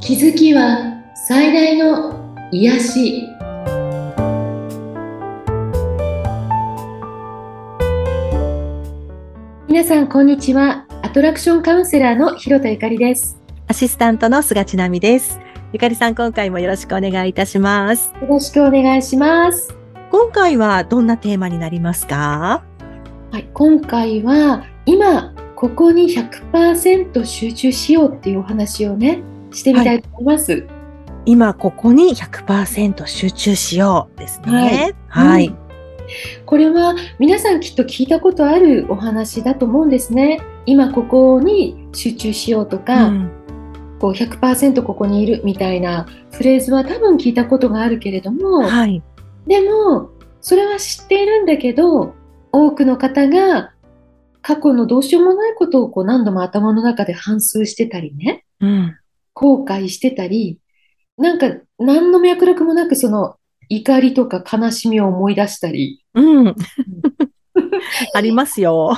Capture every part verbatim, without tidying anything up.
気づきは最大の癒し。皆さんこんにちは。アトラクションカウンセラーの広田ゆかりです。 アシスタントの菅千奈美です。ゆかりさん、今回もよろしくお願いいたします。 よろしくお願いします。 今回はどんなテーマになりますか？ はい、今回は今ここに ひゃくパーセント 集中しようっていうお話をねしてみたいと思います。はい、 今ここに ひゃくパーセント 集中しようですね。 はい。 はい。 うん、これは皆さんきっと聞いたことあるお話だと思うんですね。今ここに集中しようとか、うん、こう ひゃくパーセント ここにいるみたいなフレーズは多分聞いたことがあるけれども、 はい、 でもそれは知っているんだけど、多くの方が過去のどうしようもないことをこう何度も頭の中で反芻してたりね、うん、後悔してたり、なんか何の脈絡もなくその怒りとか悲しみを思い出したり、 うん、ありますよ。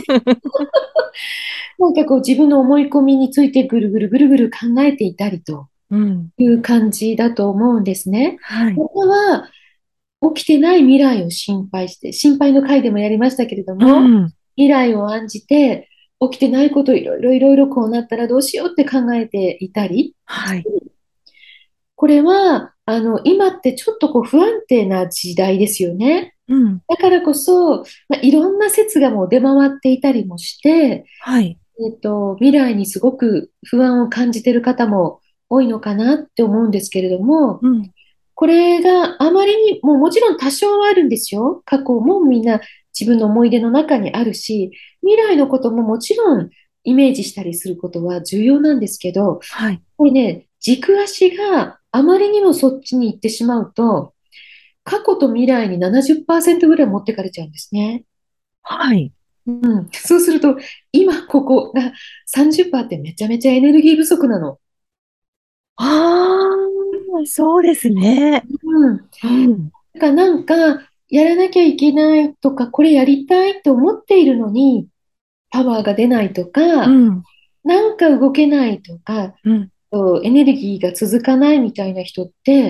なんかこう自分の思い込みについてぐるぐるぐるぐる考えていたりという感じだと思うんですね。 はい、 ここは起きてない未来を心配して、心配の回でもやりましたけれども、うん、未来を案じて起きてないことをいろいろいろいろこうなったらどうしようって考えていたり、はい、これはあの今ってちょっとこう不安定な時代ですよね。うん、だからこそ、まあ、いろんな説がもう出回っていたりもして、はい、えっと、未来にすごく不安を感じている方も多いのかなって思うんですけれども、うん、これがあまりにも、もちろん多少はあるんですよ。過去もみんな自分の思い出の中にあるし、未来のことももちろんイメージしたりすることは重要なんですけど、はい、これね、軸足があまりにもそっちに行ってしまうと、過去と未来に ななじゅっパーセント ぐらい持ってかれちゃうんですね。 はい。 うん、そうすると、今ここが さんじゅっパーセント ってめちゃめちゃエネルギー不足なの。 ああ、そうですね。 うん。うん。だからなんか、やらなきゃいけないとか、これやりたいって思っているのに、パワーが出ないとか、うん、なんか動けないとか、うん、エネルギーが続かないみたいな人って、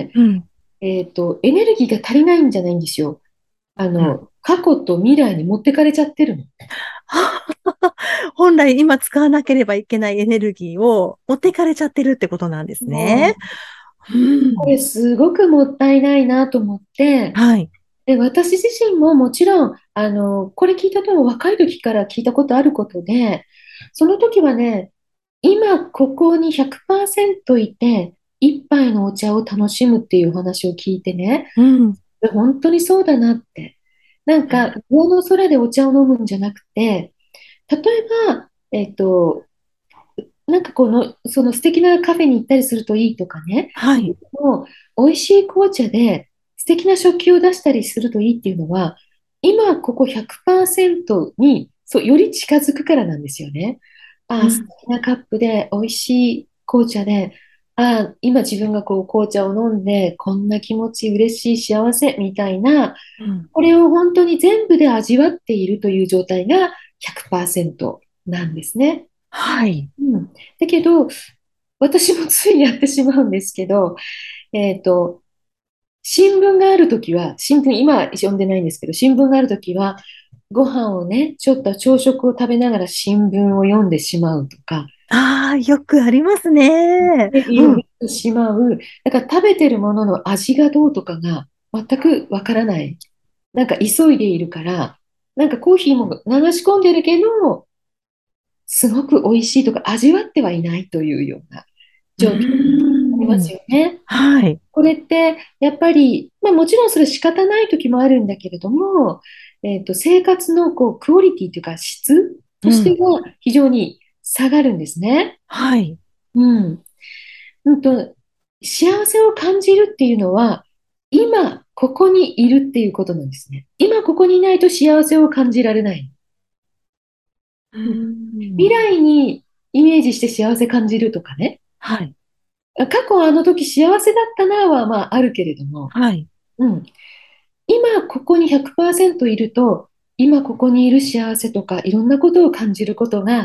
うん、えっと、エネルギーが足りないんじゃないんですよ。あの、うん、過去と未来に持ってかれちゃってるの。 本来今使わなければいけないエネルギーを持ってかれちゃってるってことなんですね。 うん、これすごくもったいないなと思って、はい、で私自身ももちろんあのこれ聞いたのは若い時から聞いたことあることで、その時はね、今ここに ひゃくパーセント いて一杯のお茶を楽しむっていうお話を聞いてね、うん、本当にそうだなって。なんか上の空でお茶を飲むんじゃなくて、例えば、えっと、なんかこの、その素敵なカフェに行ったりするといいとかね、はい、もう美味しい紅茶で素敵な食器を出したりするといいっていうのは、今ここ ひゃくパーセント にそうより近づくからなんですよね。ああ、素敵なカップで美味しい紅茶で、ああ、今自分がこう紅茶を飲んで、こんな気持ち、嬉しい、幸せみたいな、うん、これを本当に全部で味わっているという状態が ひゃくパーセント なんですね。 はい。 うん、だけど、私もついやってしまうんですけど、えっと、新聞があるときは、新聞、今は読んでないんですけど、新聞があるときは、ご飯をね、ちょっと朝食を食べながら新聞を読んでしまうとか、 ああ、よくありますね。 テレビを見てしまう。だから食べてるものの味がどうとかが全くわからない。なんか急いでいるから、なんかコーヒーも流し込んでるけど、すごく美味しいとか味わってはいないというようなう状況になりますん。 よね。 はい。 これってやっぱり、まあ、もちろんそれ仕方ない時もあるんだけれども、えーと、生活のこうクオリティというか質としては非常に下がるんですね。 はい。 うん。うんと、幸せを感じるっていうのは、今ここにいるっていうことなんですね。今ここにいないと幸せを感じられない。 ううん、未ん。 来にイメージして幸せ感じるとかね。 はい。 過去あの時幸せだったなはまああるけれども、 はい。 うん、今ここにひゃくパーセントいると、今ここにいる幸せとかいろんなことを感じることが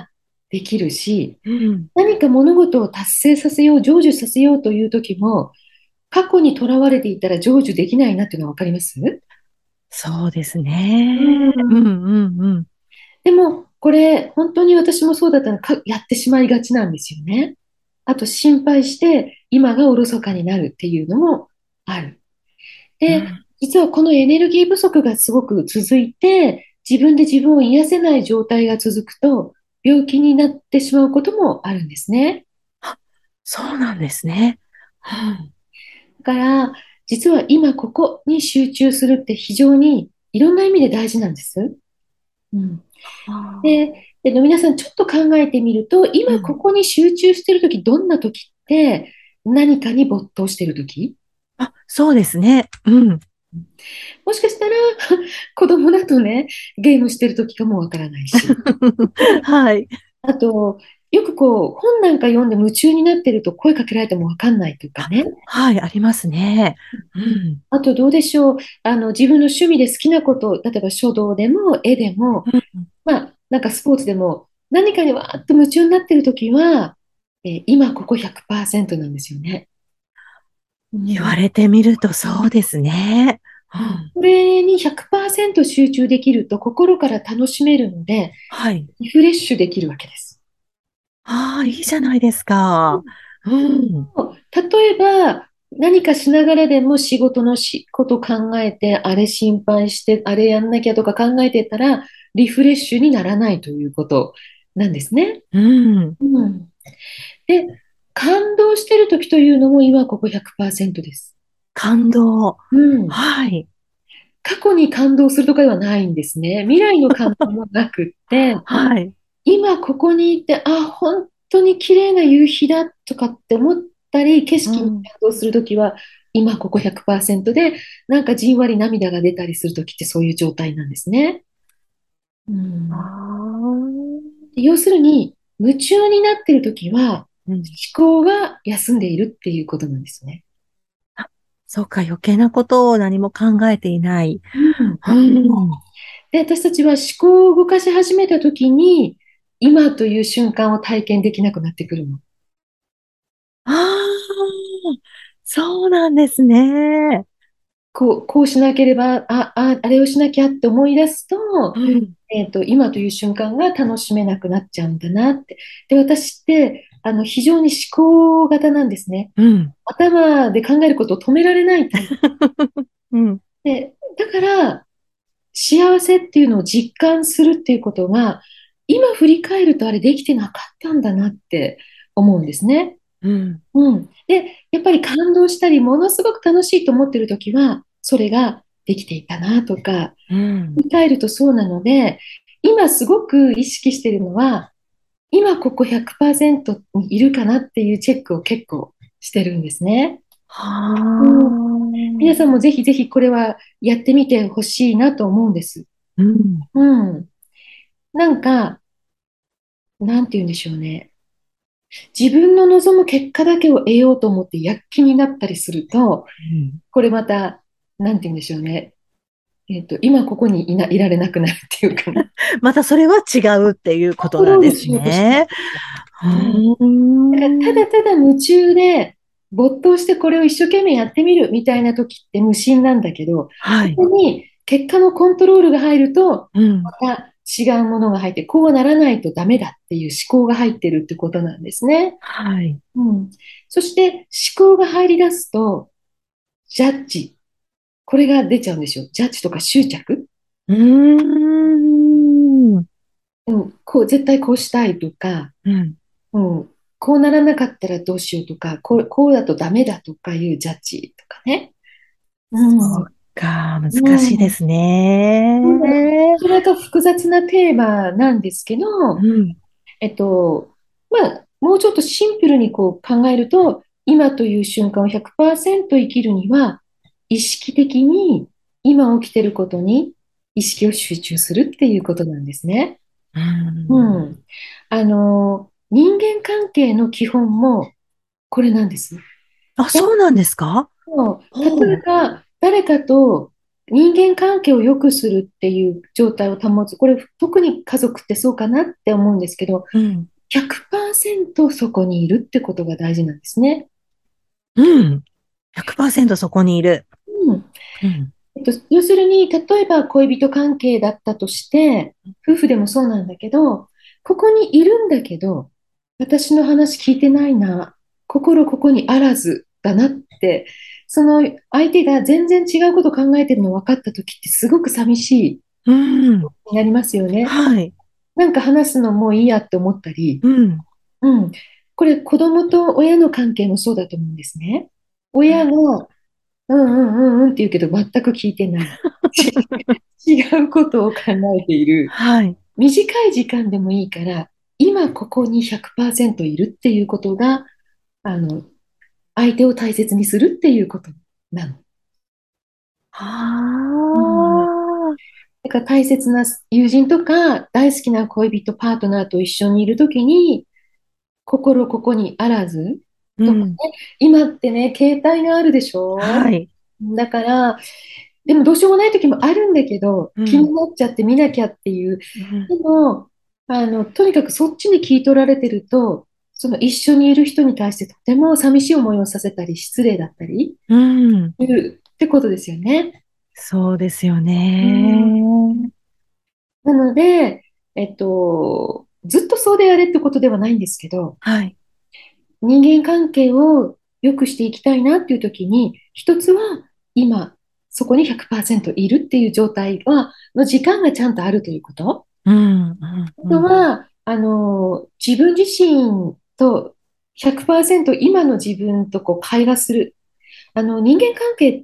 できるし、 うん。 何か物事を達成させよう、成就させようという時も、過去にとらわれていたら成就できないなっていうのはわかります？ そうですうね。うんん。 うんうん。 でも、これ、本当に私もそうだったのか、やってしまいがちなんですよね。あと、心配して、今がおろそかになるっていうのもある。で、 うん。 実はこのエネルギー不足がすごく続いて、自分で自分を癒せない状態が続くと、病気になってしまうこともあるんですね。 あ、そうなんですね。うん。 だから、実は今ここに集中するって非常にいろんな意味で大事なんです。うん。で、 あで皆さんちょっと考えてみると、 ーうん。 今ここに集中してるとき、どんなときって何かに没頭してるとき？ あ、そうですね。うん。 もしかしたら子供だとね、ゲームしてるときかもわからないし。 はい。 あと、よくこう、本なんか読んで夢中になってると声かけられてもわかんないとかあ、 ね。 はい、ありますね。うん。 あとどうでしょう。あの、自分の趣味で好きなこと、例えば書道でも絵でも、 うん。 まあ、なんかスポーツでも、何かにわーっと夢中になってるときは、えー今ここひゃくパーセントなんですよね。うん。 言われてみるとそうですね。うん。 これにひゃくパーセント集中できると心から楽しめるので、 はい。 リフレッシュできるわけです。 ああ、いいじゃないですか。うん。 例えば、何かしながらでも仕事のしこと考えて、あれ心配して、あれやんなきゃとか考えてたら、リフレッシュにならないということなんですね。 うん。 うん。で、感動してる時というのも今ここひゃくパーセントです。 感動。 うん。 はい。 過去に感動するとかではないんですね。未来の感動もなくって、 はい。 今ここにいて、あ、本当に綺麗な夕日だとかって思ったり、景色にうん。 感動するときは、今ここひゃくパーセントで、なんかじんわり涙が出たりするときってそういう状態なんですね。うあん。 あ。 要するに、夢中になってるときは、 うん。 思考が休んでいるっていうことなんですね。 あ、そうか、余計なことを何も考えていない。 うん。 うん。 で、私たちは思考を動かし始めたときに、今という瞬間を体験できなくなってくるの。 ああ、そうなんですね。 こう、こうしなければ、あ、あ、あれをしなきゃって思い出すと、 うん。 えっと、今という瞬間が楽しめなくなっちゃうんだなって。で、私って、あの、非常に思考型なんですね。 うん。 頭で考えることを止められないタイプうん。 で、だから、幸せっていうのを実感するっていうことが、今振り返るとあれできてなかったんだなって思うんですね。 うん。 うん。で、やっぱり感動したり、ものすごく楽しいと思ってるときは、それができていたなとか、 うん。 振り返るとそうなので、今すごく意識しているのは、今ここひゃくパーセントにいるかなっていうチェックを結構してるんですね。 はうん。皆さんあ。 もぜひぜひこれはやってみてほしいなと思うんです。 うん。 うん。なんか、なんて言うんでしょうね。自分の望む結果だけを得ようと思って躍起になったりすると、 うん。 これまた、なんて言うんでしょうね。えっと、今ここにいな、いられなくなるっていうかな。 またそれは違うっていうコンことなんですトロールしようとしちゃね。うう。うん。 ーだからたん。 だただ夢中で没頭してこれを一生懸命やってみるみたいな時って無心なんだけど、こはい。 こに結果のコントロールが入ると、 うん。 また違うものが入って、こうならないとダメだっていう思考が入ってるってことなんですね。 はい。 うん。そして思考が入り出すと、ジャッジ。これが出ちゃうんですよ。ジャッジとか執着。 うーん。 うん、こう、絶対こうしたいとか、 うん。 うん、こうならなかったらどうしようとか、こう、こうだとダメだとかいうジャッジとかね。うん。 そうか、難うん。 しいですね。 うん、なかなか複雑なテーマなんですけど、 うん。 えっと、まあ、もうちょっとシンプルにこう考えると、今という瞬間をひゃくパーセント生きるには、意識的に今起きてることに意識を集中するっていうことなんですね。 うん。 うん。あの、人間関係の基本もこれなんです。 あ、 だそうなんですか？ と例おう。 えば、誰かと人間関係を良くするっていう状態を保つ。これ、特に家族ってそうかなって思うんですけど、 うん。 ひゃくパーセント そこにいるってことが大事なんですね。 うん。ひゃくパーセント そこにいる。 うん。 うん。 えっと、要するに、例えば恋人関係だったとして、夫婦でもそうなんだけど、ここにいるんだけど、私の話聞いてないな、心ここにあらずだなって、その相手が全然違うことを考えてるの分かった時ってすごく寂しいうん。 になりますよね。 はい。 なんか話すのもういいやって思ったり、 うん。 うん。これ子供と親の関係もそうだと思うんですね。親が、うんうんうんうんって言うけど全く聞いてない。違うことを考えている。 はい。 短い時間でもいいから、今ここにひゃくパーセントいるっていうことが、あの、相手を大切にするっていうことなの。 はうん。 あ。 だから大切な友人とか大好きな恋人、パートナーと一緒にいるときに、心ここにあらずとかね、 うん。 今ってね、携帯があるでしょ？ はい。 だから、でもどうしようもない時もあるんだけど、気にうん。 なっちゃって見なきゃっていう。 うん。 でも、あの、とにかくそっちに聞い取られてると、その一緒にいる人に対してとても寂しい思いをさせたり、失礼だったりうん。 するってことですよね。 そうですようん。 ね。 なので、えっと、ずっとそうであれってことではないんですけど、 はい。 人間関係を良くしていきたいなっていう時に、一つは今、そこにひゃくパーセントいるっていう状態は、の時間がちゃんとあるということ。 うん。うん。 あうん。 とは、あの、自分自身とひゃくパーセント今の自分とこう会話する。あの、人間関係って、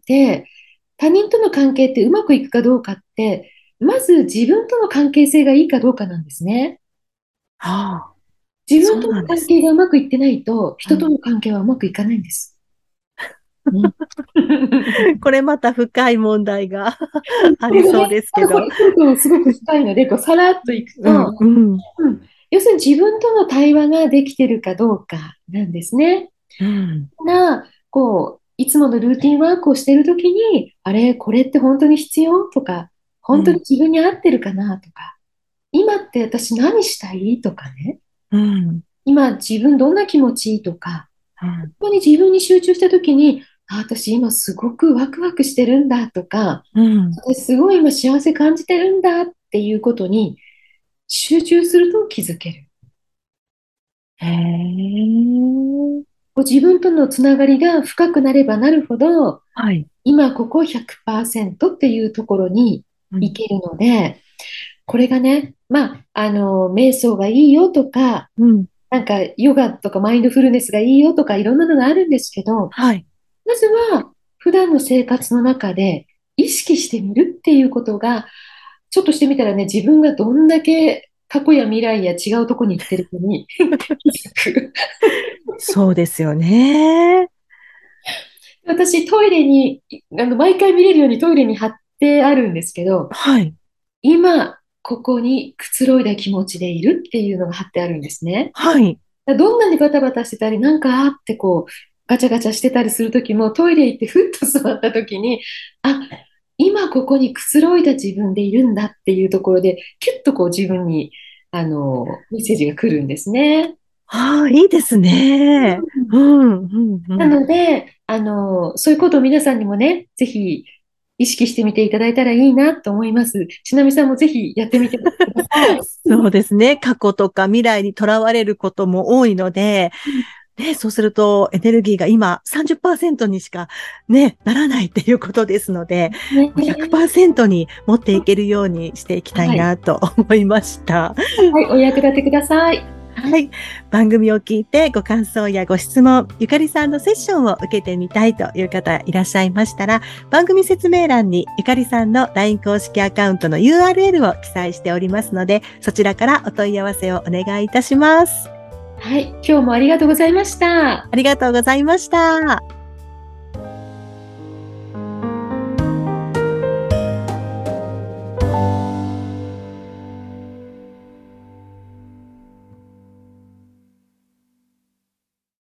他人との関係ってうまくいくかどうかって、まず自分との関係性がいいかどうかなんですね。 はあ。 自分そうとの関なんですね。 係がうまくいってないと、 うん。 人との関係はうまくいかないんです。うん。 これまた深い問題がありそうこれがね、 ですけど。 ただこれちょっとすごく深いので、こうさらっといくうん。 と、 うん。 うん、要するに自分との対話ができてるかどうかなんですね。 うん。 が、こう、いつものルーティンワークをしているときに、あれ、これって本当に必要とか、本当にうん。 自分に合ってるかなとか、今って私何したいとかね、 うん。 今自分どんな気持ちとか、 うん。 本当に自分に集中したときに、あ、私今すごくワクワクしてるんだとか、 うん。 すごい今幸せ感じてるんだっていうことに集中すると気づける。 へえ。 こう自分とのつながりが深くなればなるほど、 はい。 今ここひゃくパーセントっていうところにうん。 行けるので、これがね、まあ、あの、瞑想がいいよとか、 うん。 なんかヨガとかマインドフルネスがいいよとかいろんなのがあるんですけど、 はい。 まずは普段の生活の中で意識してみるっていうことが、ちょっとしてみたらね、自分がどんだけ過去や未来や違うところに行ってるかに気づく。 そうですよね。 私、トイレに、あの、毎回見れるようにトイレに貼ってあるんですけど、 はい。 今、ここにくつろいだ気持ちでいるっていうのが貼ってあるんですね。 はい。 どんなにバタバタしてたり、なんかあってこう、ガチャガチャしてたりするときも、トイレ行ってふっと座ったときに、あ、今ここにくつろいだ自分でいるんだっていうところで、キュッとこう自分に、あの、メッセージが来るんですね。 ああ、いいですね。うん。うん。うなん。 ので、あの、そういうことを皆さんにもね、ぜひ意識してみていただいたらいいなと思います。ちなみさんもぜひやってみてください。 そうですね。過去とか未来にとらわれることも多いので、ね、そうするとエネルギーが今さんじゅっパーセントにしかね、ならないっていうことですので、 ね、 もうひゃくパーセントに持っていけるようにしていきたいはい。 なと思いました。 はい、お役立てください。 はい。番組を聞いてご感想やご質問、ゆかりさんのセッションを受けてみたいという方いらっしゃいましたら、番組説明欄にゆかりさんの ライン 公式アカウントの ユーアールエル を記載しておりますので、そちらからお問い合わせをお願いいたします。 はい、今日もありがとうございました。 ありがとうございました。